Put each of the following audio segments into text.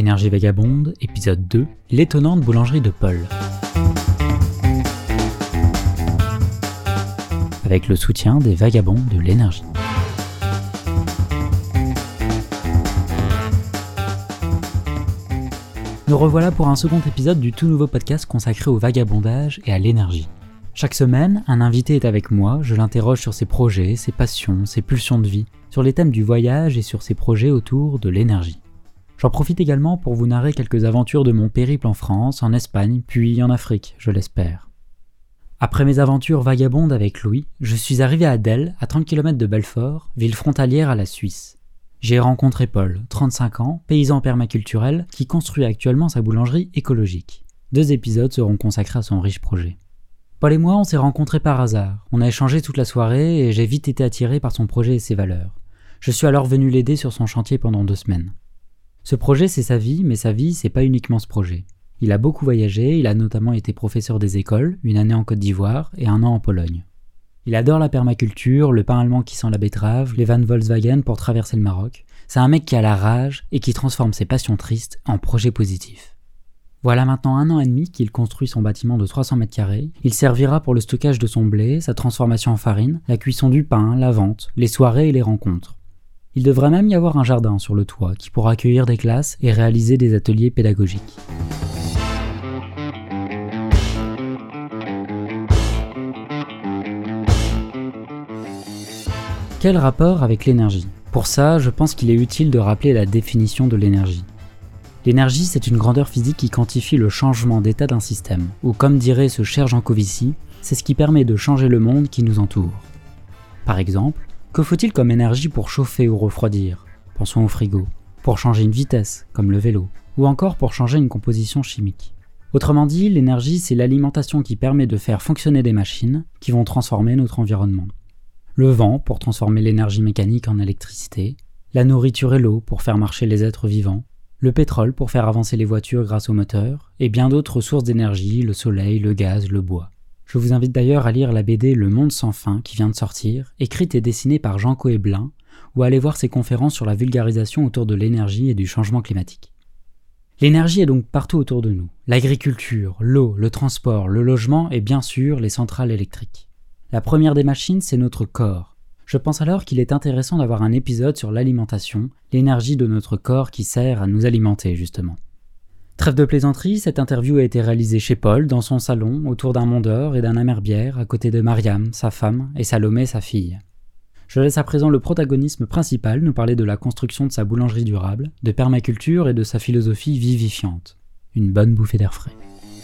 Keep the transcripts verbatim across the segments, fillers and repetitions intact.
Énergie vagabonde, épisode deux, l'étonnante boulangerie de Paul. Avec le soutien des vagabonds de l'énergie. Nous revoilà pour un second épisode du tout nouveau podcast consacré au vagabondage et à l'énergie. Chaque semaine, un invité est avec moi, je l'interroge sur ses projets, ses passions, ses pulsions de vie, sur les thèmes du voyage et sur ses projets autour de l'énergie. J'en profite également pour vous narrer quelques aventures de mon périple en France, en Espagne, puis en Afrique, je l'espère. Après mes aventures vagabondes avec Louis, je suis arrivé à Delle, à trente kilomètres de Belfort, ville frontalière à la Suisse. J'ai rencontré Paul, trente-cinq ans, paysan permaculturel, qui construit actuellement sa boulangerie écologique. Deux épisodes seront consacrés à son riche projet. Paul et moi, on s'est rencontrés par hasard. On a échangé toute la soirée et j'ai vite été attiré par son projet et ses valeurs. Je suis alors venu l'aider sur son chantier pendant deux semaines. Ce projet, c'est sa vie, mais sa vie, c'est pas uniquement ce projet. Il a beaucoup voyagé, il a notamment été professeur des écoles, une année en Côte d'Ivoire et un an en Pologne. Il adore la permaculture, le pain allemand qui sent la betterave, les vannes Volkswagen pour traverser le Maroc. C'est un mec qui a la rage et qui transforme ses passions tristes en projets positifs. Voilà maintenant un an et demi qu'il construit son bâtiment de trois cents mètres carrés. Il servira pour le stockage de son blé, sa transformation en farine, la cuisson du pain, la vente, les soirées et les rencontres. Il devrait même y avoir un jardin sur le toit qui pourra accueillir des classes et réaliser des ateliers pédagogiques. Quel rapport avec l'énergie ? Pour ça, je pense qu'il est utile de rappeler la définition de l'énergie. L'énergie, c'est une grandeur physique qui quantifie le changement d'état d'un système, ou comme dirait ce cher Jean Covici, c'est ce qui permet de changer le monde qui nous entoure. Par exemple, que faut-il comme énergie pour chauffer ou refroidir ? Pensons au frigo. Pour changer une vitesse, comme le vélo. Ou encore pour changer une composition chimique. Autrement dit, l'énergie, c'est l'alimentation qui permet de faire fonctionner des machines qui vont transformer notre environnement. Le vent pour transformer l'énergie mécanique en électricité. La nourriture et l'eau pour faire marcher les êtres vivants. Le pétrole pour faire avancer les voitures grâce au moteur. Et bien d'autres sources d'énergie, le soleil, le gaz, le bois. Je vous invite d'ailleurs à lire la B D Le Monde sans fin qui vient de sortir, écrite et dessinée par Jean Coëblin, ou à aller voir ses conférences sur la vulgarisation autour de l'énergie et du changement climatique. L'énergie est donc partout autour de nous. L'agriculture, l'eau, le transport, le logement et bien sûr les centrales électriques. La première des machines, c'est notre corps. Je pense alors qu'il est intéressant d'avoir un épisode sur l'alimentation, l'énergie de notre corps qui sert à nous alimenter justement. Trêve de plaisanterie, cette interview a été réalisée chez Paul, dans son salon, autour d'un mont d'or et d'un amerbière, à côté de Mariam, sa femme, et Salomé, sa fille. Je laisse à présent le protagonisme principal nous parler de la construction de sa boulangerie durable, de permaculture et de sa philosophie vivifiante. Une bonne bouffée d'air frais.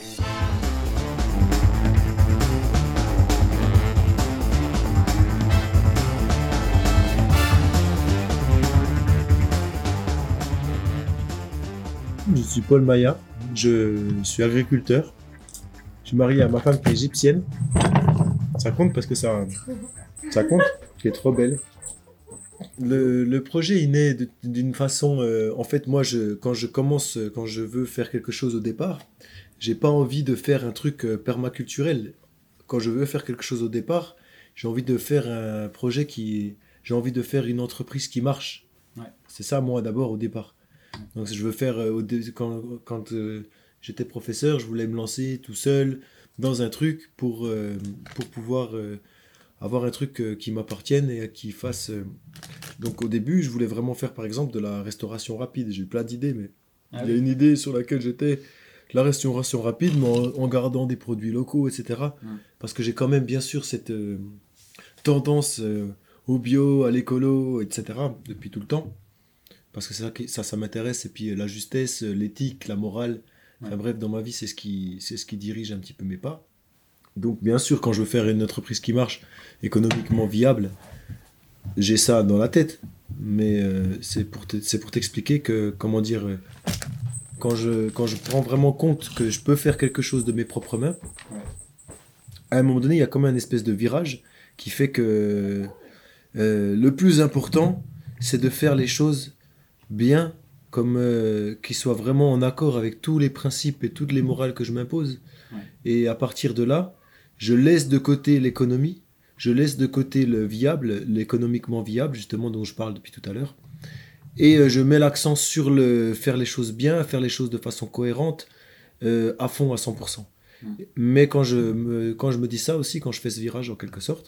Je suis Paul Maya, je suis agriculteur. Je suis marié à ma femme qui est égyptienne. Ça compte parce que ça, ça compte, qui est trop belle. Le, le projet il naît de, d'une façon, euh, en fait moi je, quand je commence, quand je veux faire quelque chose au départ, j'ai pas envie de faire un truc euh, permaculturel. Quand je veux faire quelque chose au départ, j'ai envie de faire un projet qui, j'ai envie de faire une entreprise qui marche. Ouais. C'est ça moi d'abord au départ. Donc je veux faire, euh, quand, quand euh, j'étais professeur, je voulais me lancer tout seul dans un truc pour, euh, pour pouvoir euh, avoir un truc euh, qui m'appartienne et qui fasse... Euh... Donc au début, je voulais vraiment faire par exemple de la restauration rapide. J'ai eu plein d'idées, mais ah il y a oui. une idée sur laquelle j'étais, la restauration rapide, mais en, en gardant des produits locaux, et cetera. Hum. Parce que j'ai quand même bien sûr cette euh, tendance euh, au bio, à l'écolo, et cetera depuis tout le temps. Parce que c'est ça, ça, ça m'intéresse, et puis la justesse, l'éthique, la morale, ouais. Enfin bref, dans ma vie, c'est ce, qui, c'est ce qui dirige un petit peu mes pas. Donc bien sûr, quand je veux faire une entreprise qui marche, économiquement viable, j'ai ça dans la tête. Mais euh, c'est, pour te, c'est pour t'expliquer que, comment dire, euh, quand, je, quand je prends vraiment compte que je peux faire quelque chose de mes propres mains, ouais. À un moment donné, il y a comme un espèce de virage qui fait que euh, le plus important, c'est de faire les choses bien, comme euh, qu'il soit vraiment en accord avec tous les principes et toutes les morales que je m'impose. Ouais. Et à partir de là, je laisse de côté l'économie, je laisse de côté le viable, l'économiquement viable, justement dont je parle depuis tout à l'heure, Et euh, je mets l'accent sur le faire les choses bien, faire les choses de façon cohérente, euh, à fond, à cent pour cent. Mmh. Mais quand je, me, quand je me dis ça aussi, quand je fais ce virage en quelque sorte,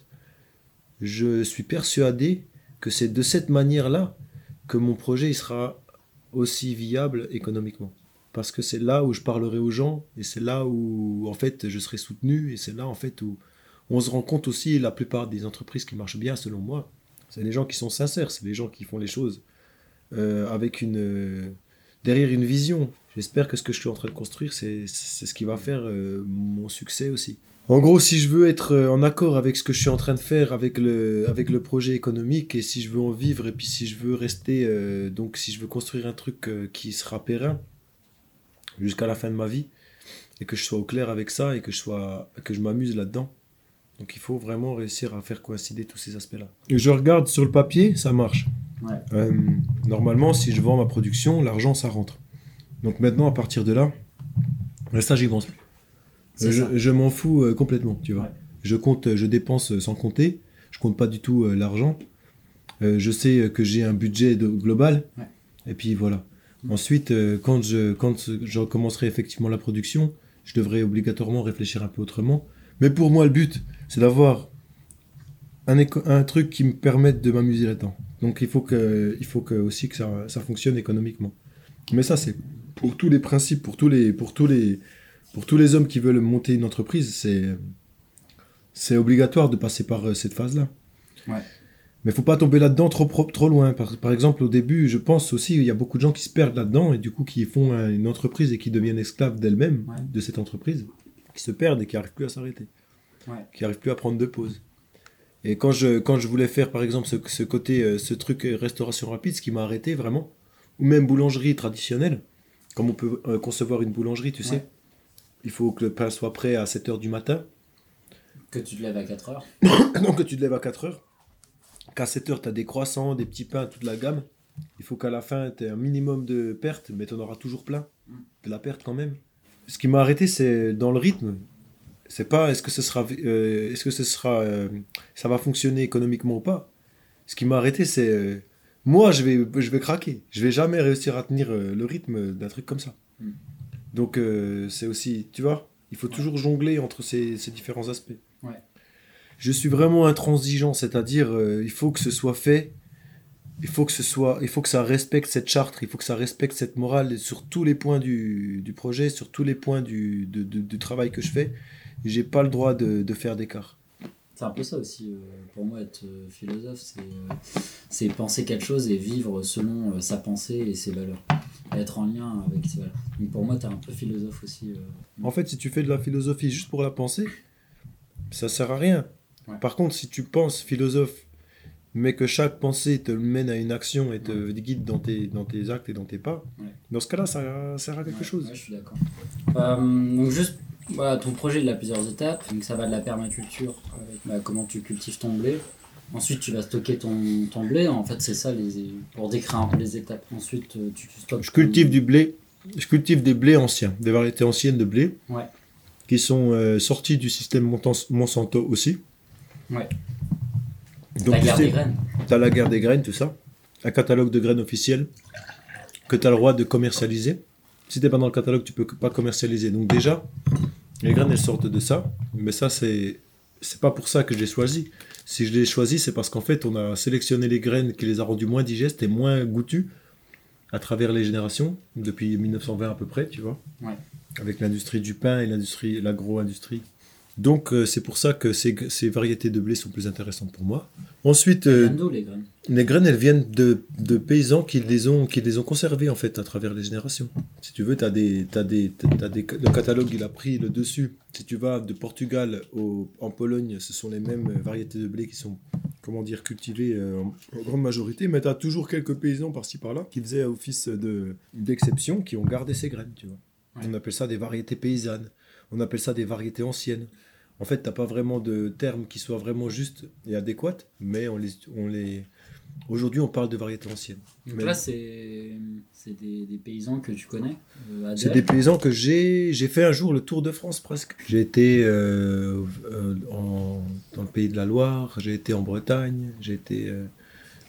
je suis persuadé que c'est de cette manière-là que mon projet il sera aussi viable économiquement. Parce que c'est là où je parlerai aux gens, et c'est là où en fait je serai soutenu, et c'est là en fait où on se rend compte aussi, la plupart des entreprises qui marchent bien selon moi, c'est les gens qui sont sincères, c'est les gens qui font les choses euh, avec une euh, derrière une vision. J'espère que ce que je suis en train de construire, c'est, c'est ce qui va faire euh, mon succès aussi. En gros, si je veux être euh, en accord avec ce que je suis en train de faire, avec le, avec le projet économique, et si je veux en vivre, et puis si je veux rester, euh, donc si je veux construire un truc euh, qui sera périn jusqu'à la fin de ma vie, et que je sois au clair avec ça, et que je, sois, que je m'amuse là-dedans. Donc il faut vraiment réussir à faire coïncider tous ces aspects-là. Et je regarde sur le papier, ça marche. Ouais. Euh, normalement, si je vends ma production, l'argent, ça rentre. Donc maintenant, à partir de là, ça, j'y pense. C'est Je, ça. je m'en fous euh, complètement, tu vois. Ouais. Je compte, je dépense sans compter. Je compte pas du tout euh, l'argent. Euh, je sais euh, que j'ai un budget de, global. Ouais. Et puis voilà. Mm. Ensuite, euh, quand, je, quand je recommencerai effectivement la production, je devrais obligatoirement réfléchir un peu autrement. Mais pour moi, le but, c'est d'avoir un, éco- un truc qui me permette de m'amuser là-dedans. Donc il faut, que, il faut que, aussi que ça, ça fonctionne économiquement. Mais ça, c'est pour tous les principes, pour tous les, pour tous les, pour tous les hommes qui veulent monter une entreprise, c'est, c'est obligatoire de passer par euh, cette phase-là. Ouais. Mais il faut pas tomber là-dedans trop, trop, trop loin. Par, par exemple, au début, je pense aussi qu'il y a beaucoup de gens qui se perdent là-dedans et du coup qui font euh, une entreprise et qui deviennent esclaves d'elles-mêmes, Ouais. de cette entreprise, qui se perdent et qui n'arrivent plus à s'arrêter, Ouais. qui n'arrivent plus à prendre de pause. Et quand je, quand je voulais faire, par exemple, ce, ce côté, euh, ce truc euh, restauration rapide, ce qui m'a arrêté vraiment, ou même boulangerie traditionnelle, comme on peut euh, concevoir une boulangerie, tu sais, Ouais. il faut que le pain soit prêt à sept heures du matin, Que tu te lèves à quatre heures. donc que tu te lèves à quatre heures, qu'à sept heures, tu as des croissants, des petits pains, toute la gamme. Il faut qu'à la fin, tu aies un minimum de perte, mais tu en auras toujours plein. De la perte quand même. Ce qui m'a arrêté, c'est dans le rythme. C'est pas est-ce que ce sera, euh, est-ce que ce sera, euh, ça va fonctionner économiquement ou pas. Ce qui m'a arrêté, c'est euh, moi, je vais, je vais craquer. Je vais jamais réussir à tenir euh, le rythme d'un truc comme ça. Mm. Donc euh, c'est aussi, tu vois, il faut toujours jongler entre ces, ces différents aspects. Ouais. Je suis vraiment intransigeant, c'est-à-dire euh, il faut que ce soit fait, il faut que ce soit, il faut que ça respecte cette charte, il faut que ça respecte cette morale sur tous les points du, du projet, sur tous les points du, de, de- du travail que je fais. J'ai pas le droit de, de faire d'écart. C'est un peu ça aussi, euh, pour moi, être euh, philosophe, c'est, euh, c'est penser quelque chose et vivre selon euh, sa pensée et ses valeurs. Et être en lien avec ses valeurs. Donc pour moi, t'es un peu philosophe aussi. euh. En fait, si tu fais de la philosophie juste pour la penser, ça sert à rien. Ouais. Par contre, si tu penses philosophe, mais que chaque pensée te mène à une action et te Ouais. guide dans tes, dans tes actes et dans tes pas, Ouais. dans ce cas-là, ça sert à quelque Ouais, chose. ouais, je suis d'accord. Euh, donc juste, voilà, ton projet, il a plusieurs étapes. Donc ça va de la permaculture, avec bah, comment tu cultives ton blé. Ensuite, tu vas stocker ton, ton blé. En fait, c'est ça, les, pour décrire un peu les étapes. Ensuite, euh, tu, tu stockes... Je cultive ton- du blé, je cultive des blés anciens, des variétés anciennes de blé, Ouais. qui sont euh, sorties du système Montan- Monsanto aussi. Ouais. Donc la tu guerre sais, des graines. t'as la guerre des graines, tout ça. Un catalogue de graines officiel que tu as le droit de commercialiser. Si t'es pas dans le catalogue, tu peux pas commercialiser. Donc déjà, les graines, elles sortent de ça. Mais ça, c'est c'est pas pour ça que je l'ai choisi. Si je l'ai choisi, c'est parce qu'en fait, on a sélectionné les graines qui les a rendues moins digestes et moins goûtues à travers les générations, depuis mille neuf cent vingt à peu près, tu vois. Ouais. Avec l'industrie du pain et l'industrie, l'agro-industrie. Donc euh, c'est pour ça que ces, ces variétés de blé sont plus intéressantes pour moi. Ensuite, Elles euh, viennent d'où, les graines? les graines, elles viennent de, de paysans qui les, ont, qui les ont conservées en fait à travers les générations. Si tu veux, t'as des, t'as des, t'as des, le catalogue, il a pris le dessus. Si tu vas de Portugal au, en Pologne, ce sont les mêmes variétés de blé qui sont, comment dire, cultivées euh, en, en grande majorité. Mais tu as toujours quelques paysans par-ci par-là qui faisaient office de, d'exception, qui ont gardé ces graines, tu vois. Ouais. On appelle ça des variétés paysannes. On appelle ça des variétés anciennes. En fait, t'as pas vraiment de terme qui soit vraiment juste et adéquat, mais on les, on les... aujourd'hui, on parle de variétés anciennes. Donc Mais là, c'est, c'est des, des paysans que tu connais euh, c'est Adèle. des paysans que j'ai, j'ai fait un jour le tour de France presque. J'ai été euh, euh, en, dans le pays de la Loire, j'ai été en Bretagne, j'ai été euh,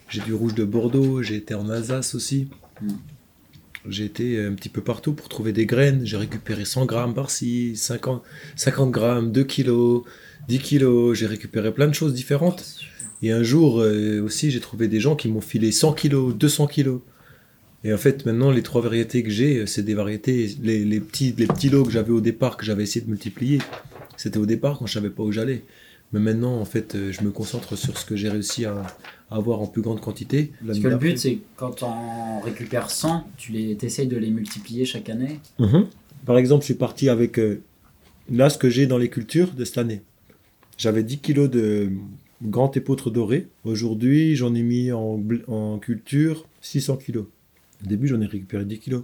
J'ai du rouge de Bordeaux, j'ai été en Alsace aussi. Mm. J'ai été un petit peu partout pour trouver des graines. J'ai récupéré cent grammes par-ci, cinquante, cinquante grammes, deux kilos, dix kilos. J'ai récupéré plein de choses différentes. Et un jour euh, aussi, j'ai trouvé des gens qui m'ont filé cent kilos, deux cents kilos. Et en fait, maintenant, les trois variétés que j'ai, c'est des variétés, les, les, petits, les petits lots que j'avais au départ, que j'avais essayé de multiplier, c'était au départ quand je savais pas où j'allais. Mais maintenant, en fait, je me concentre sur ce que j'ai réussi à, à avoir en plus grande quantité. Parce que le but, c'est quand on récupère cent, tu les, essayes de les multiplier chaque année. Mmh. Par exemple, je suis parti avec, euh, là, ce que j'ai dans les cultures de cette année. J'avais dix kilos de grand épeautre doré. Aujourd'hui, j'en ai mis en, en culture six cents kilos. Au début, j'en ai récupéré dix kilos.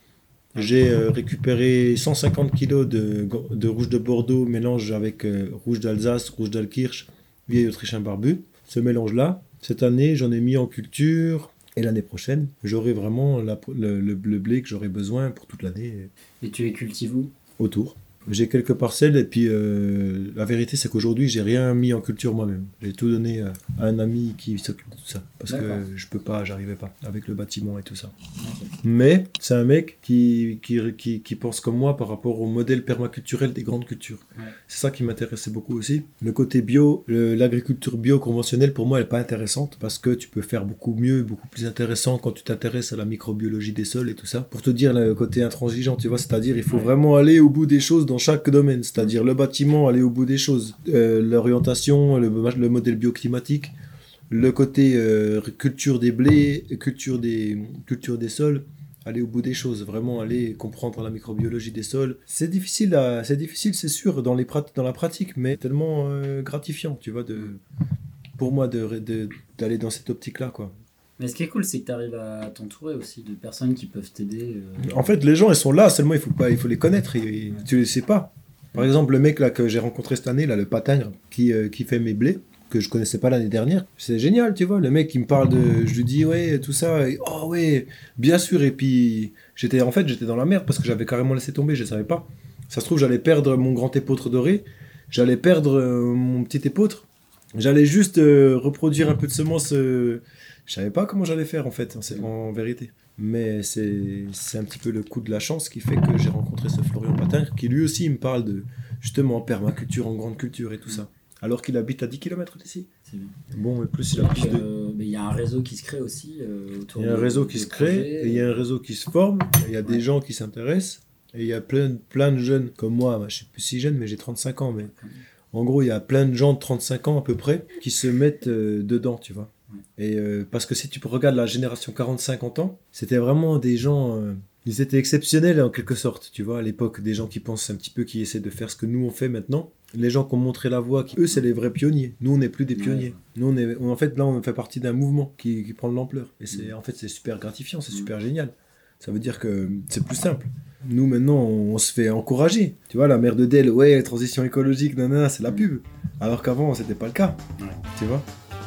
J'ai euh, récupéré cent cinquante kilos de, de rouge de Bordeaux, mélange avec euh, rouge d'Alsace, rouge d'Alkirch, vieil autrichien barbu. Ce mélange-là, cette année, j'en ai mis en culture. Et l'année prochaine, j'aurai vraiment la, le, le, le blé que j'aurai besoin pour toute l'année. Et tu les cultives où ? Autour. J'ai quelques parcelles et puis euh, la vérité c'est qu'aujourd'hui j'ai rien mis en culture moi-même. J'ai tout donné à, à un ami qui s'occupe de tout ça parce D'accord. que je peux pas, j'arrivais pas avec le bâtiment et tout ça. Okay. Mais c'est un mec qui, qui, qui, qui pense comme moi par rapport au modèle permaculturel des grandes cultures. Ouais. C'est ça qui m'intéressait beaucoup aussi. Le côté bio, le, l'agriculture bio conventionnelle pour moi elle est pas intéressante parce que tu peux faire beaucoup mieux, beaucoup plus intéressant quand tu t'intéresses à la microbiologie des sols et tout ça. Pour te dire le côté intransigeant, tu vois, c'est-à-dire il faut ouais. vraiment aller au bout des choses dans chaque domaine, c'est-à-dire le bâtiment, aller au bout des choses, euh, l'orientation, le, le modèle bioclimatique, le côté euh, culture des blés, culture des, culture des sols, aller au bout des choses, vraiment aller comprendre la microbiologie des sols. C'est difficile, à, c'est difficile, c'est sûr, dans, les prat- dans la pratique, mais tellement euh, gratifiant, tu vois, de, pour moi, de, de, d'aller dans cette optique-là, quoi. Mais ce qui est cool, c'est que tu arrives à t'entourer aussi de personnes qui peuvent t'aider. Euh... En fait, les gens, ils sont là, seulement il faut, pas, il faut les connaître, et, et tu les sais pas. Par exemple, le mec là, que j'ai rencontré cette année, là, le patingre, qui, euh, qui fait mes blés, que je connaissais pas l'année dernière, c'est génial, tu vois. Le mec, il me parle de... Je lui dis, ouais, tout ça, et, oh ouais, bien sûr, et puis, j'étais, en fait, j'étais dans la merde, parce que j'avais carrément laissé tomber, je savais pas. Ça se trouve, j'allais perdre mon grand épeautre doré, j'allais perdre euh, mon petit épeautre, j'allais juste euh, reproduire un peu de semences... Euh, Je savais pas comment j'allais faire en fait, en, en vérité. Mais c'est, c'est un petit peu le coup de la chance qui fait que j'ai rencontré ce Florian Patin, qui lui aussi me parle de justement permaculture en grande culture et tout ça. Alors qu'il habite à dix kilomètres d'ici. C'est bien. Bon, et plus il a plus de... Euh, mais il y a un réseau qui se crée aussi euh, autour Il y a un de, réseau de qui se crée, projets. et il y a un réseau qui se forme, il y a ouais. des gens qui s'intéressent, et il y a plein, plein de jeunes comme moi, bah, je suis plus si jeune, mais j'ai trente-cinq ans, mais okay. en gros, il y a plein de gens de trente-cinq ans à peu près qui se mettent euh, dedans, tu vois. Et euh, parce que si tu regardes la génération quarante cinquante ans, c'était vraiment des gens, euh, ils étaient exceptionnels en quelque sorte, tu vois, à l'époque, des gens qui pensent un petit peu, qui essaient de faire ce que nous on fait maintenant. Les gens qui ont montré la voie, qui, eux c'est les vrais pionniers. Nous on n'est plus des pionniers. Ouais. Nous on est, on, en fait là on fait partie d'un mouvement qui, qui prend de l'ampleur. Et c'est, en fait c'est super gratifiant, c'est super génial. Ça veut dire que c'est plus simple. Nous maintenant on, on se fait encourager. Tu vois, la mère de Dell, ouais, transition écologique, nanana, c'est la pub. Alors qu'avant c'était pas le cas. Ouais. Tu vois.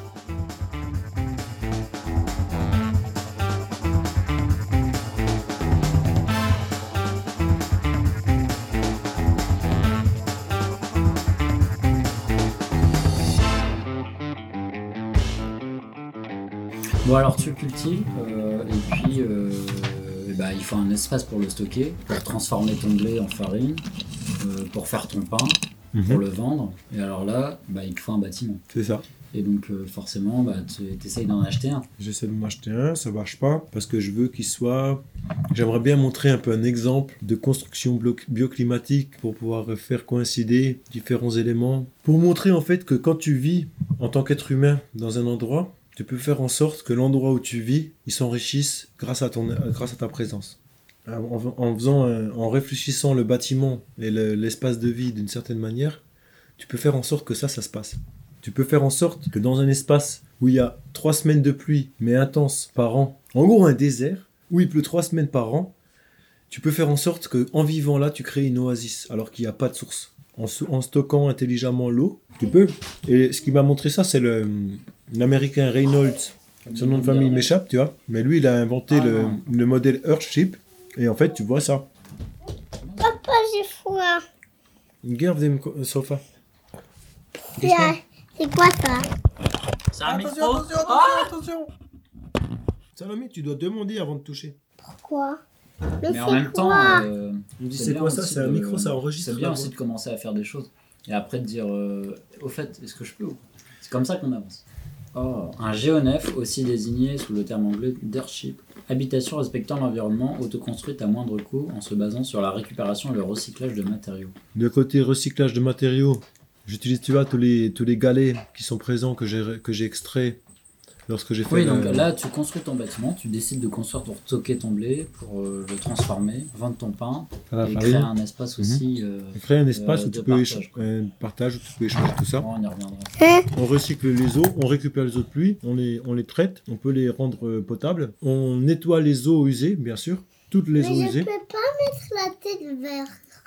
Bon alors tu cultives euh, et puis euh, bah, il faut un espace pour le stocker, pour transformer ton blé en farine, euh, pour faire ton pain, mm-hmm. pour le vendre. Et alors là, bah, il te faut un bâtiment. C'est ça. Et donc euh, forcément, bah, tu essayes d'en acheter un. J'essaie d'en acheter un, ça marche pas, parce que je veux qu'il soit... J'aimerais bien montrer un peu un exemple de construction bioclimatique pour pouvoir faire coïncider différents éléments. Pour montrer en fait que quand tu vis en tant qu'être humain dans un endroit, tu peux faire en sorte que l'endroit où tu vis, il s'enrichisse grâce à, ton, grâce à ta présence. En, en, faisant un, en réfléchissant le bâtiment et le, l'espace de vie d'une certaine manière, tu peux faire en sorte que ça, ça se passe. Tu peux faire en sorte que dans un espace où il y a trois semaines de pluie, mais intense par an, en gros un désert, où il pleut trois semaines par an, tu peux faire en sorte qu'en vivant là, tu crées une oasis, alors qu'il n'y a pas de source. En, en stockant intelligemment l'eau, tu peux. Et ce qui m'a montré ça, c'est le, l'américain Reynolds. Son nom de famille m'échappe, tu vois. Mais lui, il a inventé ah, le, le modèle Earthship. Et en fait, tu vois ça. Papa, j'ai froid. Regarde le sofa. C'est, c'est quoi ça? C'est un attention, micro. attention, attention, ah attention. Salomé, tu dois demander avant de toucher. Pourquoi? Mais, Mais en c'est même temps, quoi euh, On me dit c'est c'est bien quoi ça? aussi C'est un de- micro, ça enregistre. c'est bien la aussi voix. de commencer à faire des choses. Et après de dire, euh, au fait, est-ce que je peux ou pas? C'est comme ça qu'on avance. Oh, un géonef, aussi désigné sous le terme anglais d'Airship, habitation respectant l'environnement, autoconstruite à moindre coût en se basant sur la récupération et le recyclage de matériaux. De côté recyclage de matériaux, j'utilise, tu vois, tous les, tous les galets qui sont présents que j'ai, que j'ai extraits lorsque j'ai fait. Oui, la- donc là, tu construis ton bâtiment, tu décides de construire pour stocker ton blé, pour euh, le transformer, vendre ton pain, à la et farine. créer un espace aussi. euh, Créer un espace euh, où de tu peux partage, écha- quoi. un partage où tu peux échanger tout ça. bon, on y reviendra. On recycle les eaux, on récupère les eaux de pluie, on les, on les traite, on peut les rendre euh, potables. On nettoie les eaux usées, bien sûr, toutes les Mais eaux je usées. peux pas mettre la tête vers...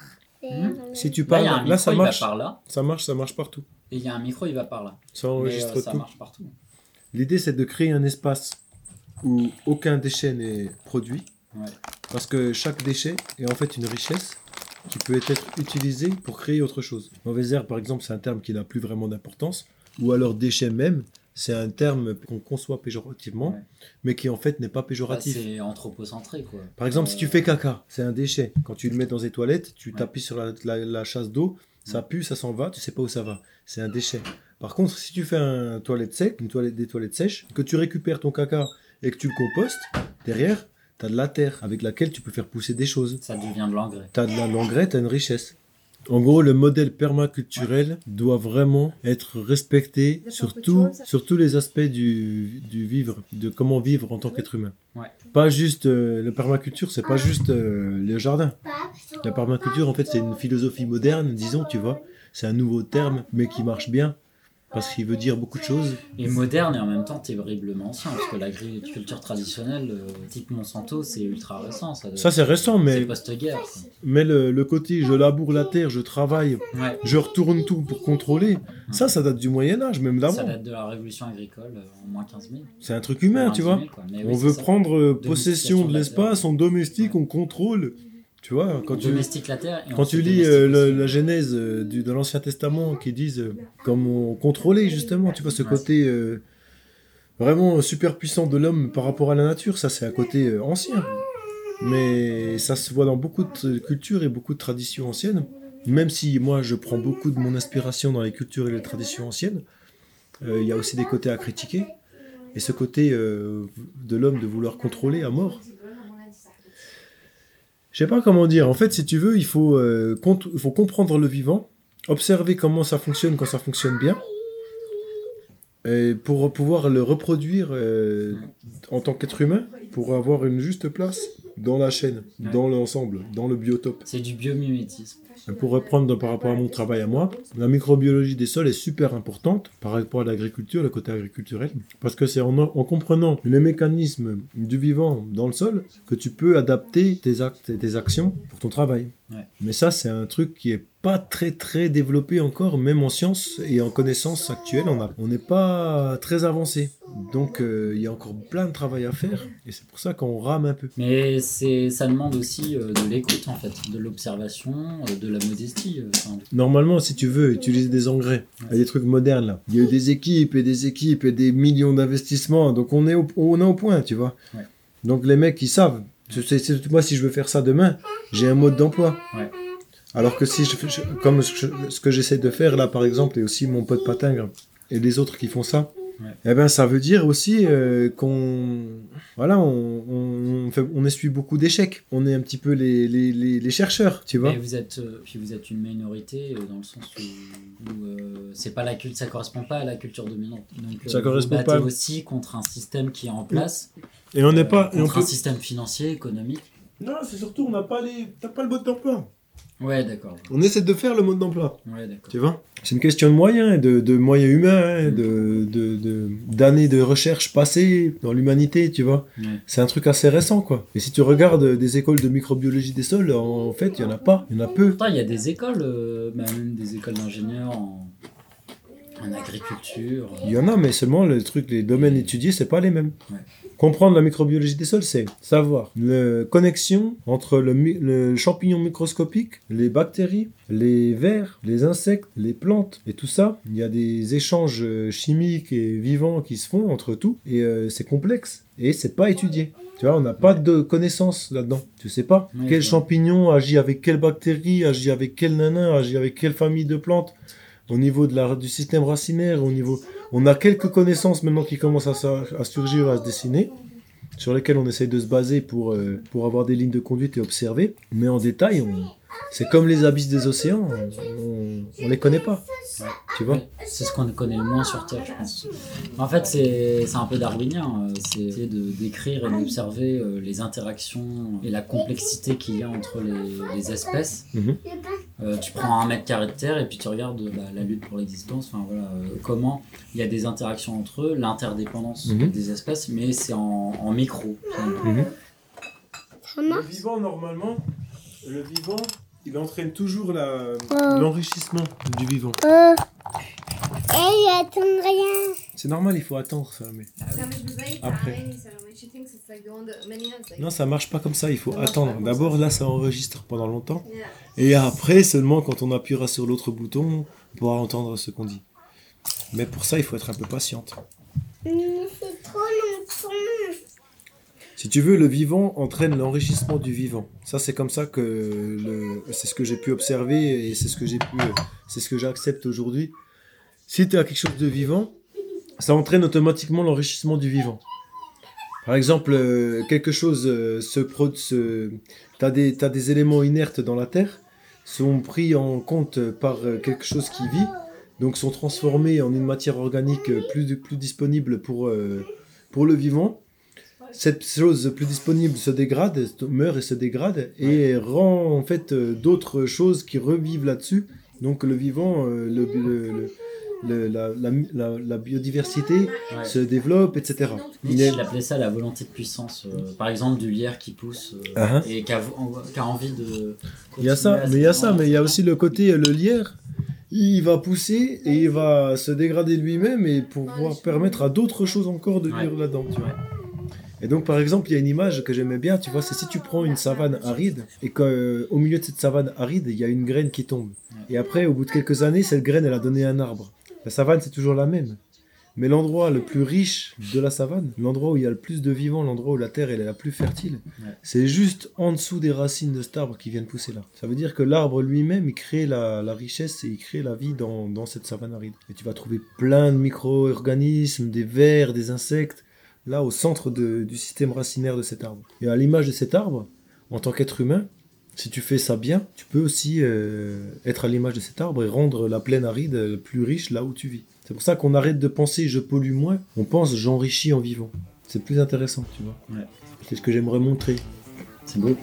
vers le- Si tu Là, il parles, y a un là, micro, ça il marche, va par là, ça marche, ça marche partout. et il y a un micro, il va par là. Ça Mais, enregistre euh, ça tout. marche partout. L'idée, c'est de créer un espace où aucun déchet n'est produit, Ouais. parce que chaque déchet est en fait une richesse qui peut être utilisée pour créer autre chose. Mauvaise herbe, par exemple, c'est un terme qui n'a plus vraiment d'importance, ou alors déchet même, c'est un terme qu'on conçoit péjorativement, Ouais. mais qui en fait n'est pas Bah, péjoratif. c'est anthropocentré, quoi. Par exemple, si tu Euh, fais caca, c'est un déchet. Quand tu le mets dans les toilettes, tu Ouais. t'appuies sur la, la- la chasse d'eau, ça pue, ça s'en va, tu sais pas où ça va. C'est un déchet. Par contre, si tu fais un toilette sec, une toilette, des toilettes sèches, que tu récupères ton caca et que tu le compostes, derrière, tu as de la terre avec laquelle tu peux faire pousser des choses. Ça devient de l'engrais. Tu as de la- l'engrais, tu as une richesse. En gros, le modèle permaculturel doit vraiment être respecté sur, tout- sur tous les aspects du, du vivre, de comment vivre en tant qu'être humain. Ouais. Pas juste, euh, le permaculture, c'est pas juste euh, le jardin. Pas- La permaculture, en fait, c'est une philosophie moderne, disons, tu vois. C'est un nouveau terme, mais qui marche bien, parce qu'il veut dire beaucoup de choses. Et moderne et en même temps terriblement ancien, parce que l'agriculture traditionnelle, euh, type Monsanto, c'est ultra récent. Ça, Ça, c'est récent, C'est mais, post-guerre. quoi. mais le, le côté je laboure la terre, je travaille, Ouais. je retourne tout pour contrôler, ça, ça date du Moyen-Âge, même Ça d'avant. date de la révolution agricole euh, en moins quinze mille. C'est un truc humain, moins tu dix vois. mille, quoi. Mais On oui, c'est veut ça. prendre euh, Domestication possession de de la l'espace, terre. on domestique, on contrôle. Tu vois, quand On tu, domestique la terre. Et on quand se tu lis domestique euh, le- aussi. la Genèse euh, du, de l'Ancien Testament qui disent euh, comment contrôler justement, tu vois, ce Ouais. côté euh, vraiment super puissant de l'homme par rapport à la nature, ça c'est un côté euh, ancien. Mais ça se voit dans beaucoup de cultures et beaucoup de traditions anciennes. Même si moi je prends beaucoup de mon inspiration dans les cultures et les traditions anciennes, euh, il y a aussi des côtés à critiquer. Et ce côté euh, de l'homme de vouloir contrôler à mort. Je sais pas comment dire. En fait, si tu veux, il faut, euh, cont- il faut comprendre le vivant, observer comment ça fonctionne quand ça fonctionne bien, et pour pouvoir le reproduire euh, en tant qu'être humain, pour avoir une juste place dans la chaîne, Ouais. dans l'ensemble, dans le biotope. C'est du biomimétisme. Et pour reprendre par rapport à mon travail à moi, la microbiologie des sols est super importante par rapport à l'agriculture, le côté agriculturel, parce que c'est en, en comprenant les mécanismes du vivant dans le sol que tu peux adapter tes actes et tes actions pour ton travail. Ouais. Mais ça, c'est un truc qui est pas très très développé encore, même en sciences et en connaissances actuelles, on a- on n'est pas très avancé. Donc euh, il y a encore plein de travail à faire, et c'est pour ça qu'on rame un peu. Mais c'est, ça demande aussi euh, de l'écoute, en fait, de l'observation, euh, de la modestie. euh, enfin, Normalement, si tu veux utiliser des engrais, il y a des trucs modernes là. Il y a eu des équipes et des équipes et des millions d'investissements, donc on est au, on est au point, tu vois. Ouais. Donc les mecs, ils savent. Tu sais, c'est- moi, si je veux faire ça demain, j'ai un mode d'emploi. Ouais. Alors que si je fais, je- comme ce que, ce que j'essaie de faire là, par exemple, et aussi mon pote Patingre et les autres qui font ça, Ouais. eh ben, ça veut dire aussi euh, qu'on, voilà, on, on, on fait, on essuie beaucoup d'échecs. On est un petit peu les, les, les, les chercheurs, tu vois. Mais vous êtes, euh, puis vous êtes une minorité euh, dans le sens où, où, euh, c'est pas la culte, ça correspond pas à la culture dominante. Donc euh, Ça vous correspond battez pas. aussi contre un système qui est en place, Et on n'est euh, pas, et on contre peut- un système financier, économique. Non, c'est surtout, on n'a pas les, t'as pas le mode d'emploi. Ouais, d'accord. On essaie de faire le mode d'emploi, Ouais, d'accord. tu vois. C'est une question de moyens, de, de moyens humains, hein, de, de, de- d'années de recherche passées dans l'humanité, tu vois. Ouais. C'est un truc assez récent, quoi. Et si tu regardes des écoles de microbiologie des sols, en fait, il y en a pas, il y en a peu. Pourtant, il y a des écoles, euh, bah, même des écoles d'ingénieurs en, en agriculture. Il y en a, mais seulement les trucs, les domaines étudiés, c'est pas les mêmes. Ouais. Comprendre la microbiologie des sols, c'est savoir la connexion entre le, mi- le champignon microscopique, les bactéries, les vers, les insectes, les plantes et tout ça. Il y a des échanges chimiques et vivants qui se font entre tout et euh, c'est complexe et c'est pas étudié. Tu vois, on n'a pas de connaissances là-dedans. Tu sais pas Oui, quel je vois. champignon agit avec quelle bactérie, agit avec quel nanin, agit avec quelle famille de plantes. Au niveau de la, du système racinaire, au niveau... On a quelques connaissances maintenant qui commencent à, sa- à surgir, à se dessiner, sur lesquelles on essaye de se baser pour, euh, pour avoir des lignes de conduite et observer. Mais en détail, on... c'est comme les abysses des océans, on ne les connaît pas. Ouais. Tu vois ? Ouais, c'est ce qu'on connaît le moins sur Terre, je pense. En fait, c'est, c'est un peu darwinien. euh, C'est essayer de décrire et d'observer euh, les interactions et la complexité qu'il y a entre les, les espèces. Mhm. Euh, tu prends un mètre carré de terre et puis tu regardes bah, la lutte pour l'existence. Enfin voilà, euh, comment il y a des interactions entre eux, l'interdépendance Mhm. des espèces, mais c'est en, en micro. finalement. Mhm. Ça Le marche. vivant, normalement, le vivant, il entraîne toujours la... Oh. l'enrichissement du vivant. Euh. Hey, attends rien. C'est normal, il faut attendre ça. Mais... Après. Non, ça marche pas comme ça, il faut attendre. D'abord, là, ça enregistre pendant longtemps. Et après, seulement quand on appuiera sur l'autre bouton, on pourra entendre ce qu'on dit. Mais pour ça, il faut être un peu patiente. Mais c'est trop longtemps. Si tu veux, le vivant entraîne l'enrichissement du vivant. Ça, c'est comme ça que le... c'est ce que j'ai pu observer et c'est ce que j'ai pu, c'est ce que j'accepte aujourd'hui. Si tu as quelque chose de vivant, ça entraîne automatiquement l'enrichissement du vivant. Par exemple, euh, quelque chose euh, se pro... se... t'as des t'as des éléments inertes dans la terre, sont pris en compte par euh, quelque chose qui vit, donc sont transformés en une matière organique euh, plus plus disponible pour euh, pour le vivant. Cette chose plus disponible se dégrade, meurt et se dégrade, et rend en fait euh, d'autres choses qui revivent là-dessus. Donc le vivant, euh, le, le, le, le- la, la, la, la biodiversité Ouais. se développe, et cetera. Il Nietzsche, est- il appelait ça la volonté de puissance. euh, par exemple, du lierre qui pousse euh, Ah, et qui a, qui a envie de. Il y a ça, mais il y a ça, mais il y a aussi le côté, euh, le lierre, il va pousser et il va se dégrader lui-même et pouvoir permettre à d'autres choses encore de vivre Ouais. là-dedans, tu vois. Et donc, par exemple, il y a une image que j'aimais bien, tu vois, c'est si tu prends une savane aride et qu'au milieu de cette savane aride, il y a une graine qui tombe. Et après, au bout de quelques années, cette graine, elle a donné un arbre. La savane, c'est toujours la même. Mais l'endroit le plus riche de la savane, l'endroit où il y a le plus de vivants, l'endroit où la terre elle est la plus fertile, Ouais. c'est juste en dessous des racines de cet arbre qui viennent pousser là. Ça veut dire que l'arbre lui-même, il crée la, la richesse et il crée la vie dans, dans cette savane aride. Et tu vas trouver plein de micro-organismes, des vers, des insectes, là au centre de- du système racinaire de cet arbre. Et à l'image de cet arbre, en tant qu'être humain, si tu fais ça bien, tu peux aussi euh, être à l'image de cet arbre et rendre la plaine aride euh, plus riche là où tu vis. C'est pour ça qu'on arrête de penser je pollue moins, on pense j'enrichis en vivant. C'est plus intéressant, tu vois. Ouais. C'est ce que j'aimerais montrer. C'est beau.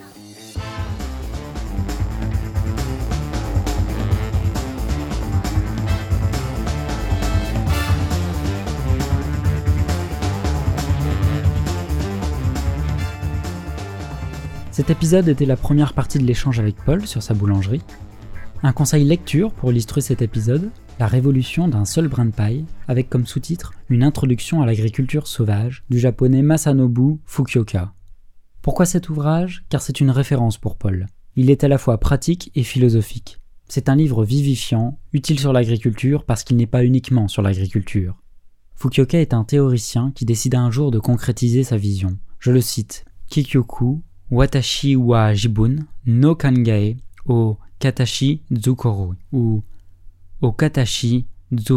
Cet épisode était la première partie de l'échange avec Paul sur sa boulangerie. Un conseil lecture pour illustrer cet épisode, La révolution d'un seul brin de paille, avec comme sous-titre une introduction à l'agriculture sauvage du japonais Masanobu Fukioka. Pourquoi cet ouvrage ? Car c'est une référence pour Paul. Il est à la fois pratique et philosophique. C'est un livre vivifiant, utile sur l'agriculture parce qu'il n'est pas uniquement sur l'agriculture. Fukioka est un théoricien qui décida un jour de concrétiser sa vision. Je le cite, « Kikyoku watashi wa jibun no kangae o katashi zukuru » ou « o katashi zukuri »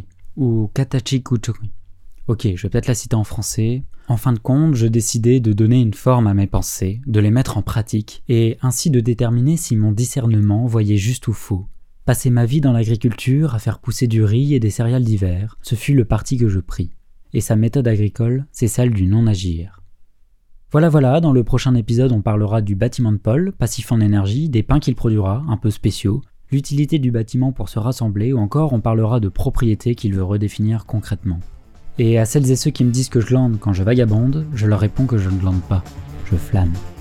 ou « katachi kuchuri ». Ok, je vais peut-être la citer en français. En fin de compte, je décidai de donner une forme à mes pensées, de les mettre en pratique, et ainsi de déterminer si mon discernement voyait juste ou faux. Passer ma vie dans l'agriculture à faire pousser du riz et des céréales d'hiver, ce fut le parti que je pris. Et sa méthode agricole, c'est celle du non-agir. Voilà voilà, dans le prochain épisode on parlera du bâtiment de Paul, passif en énergie, des pains qu'il produira, un peu spéciaux, l'utilité du bâtiment pour se rassembler, ou encore on parlera de propriétés qu'il veut redéfinir concrètement. Et à celles et ceux qui me disent que je glande quand je vagabonde, je leur réponds que je ne glande pas, je flâne.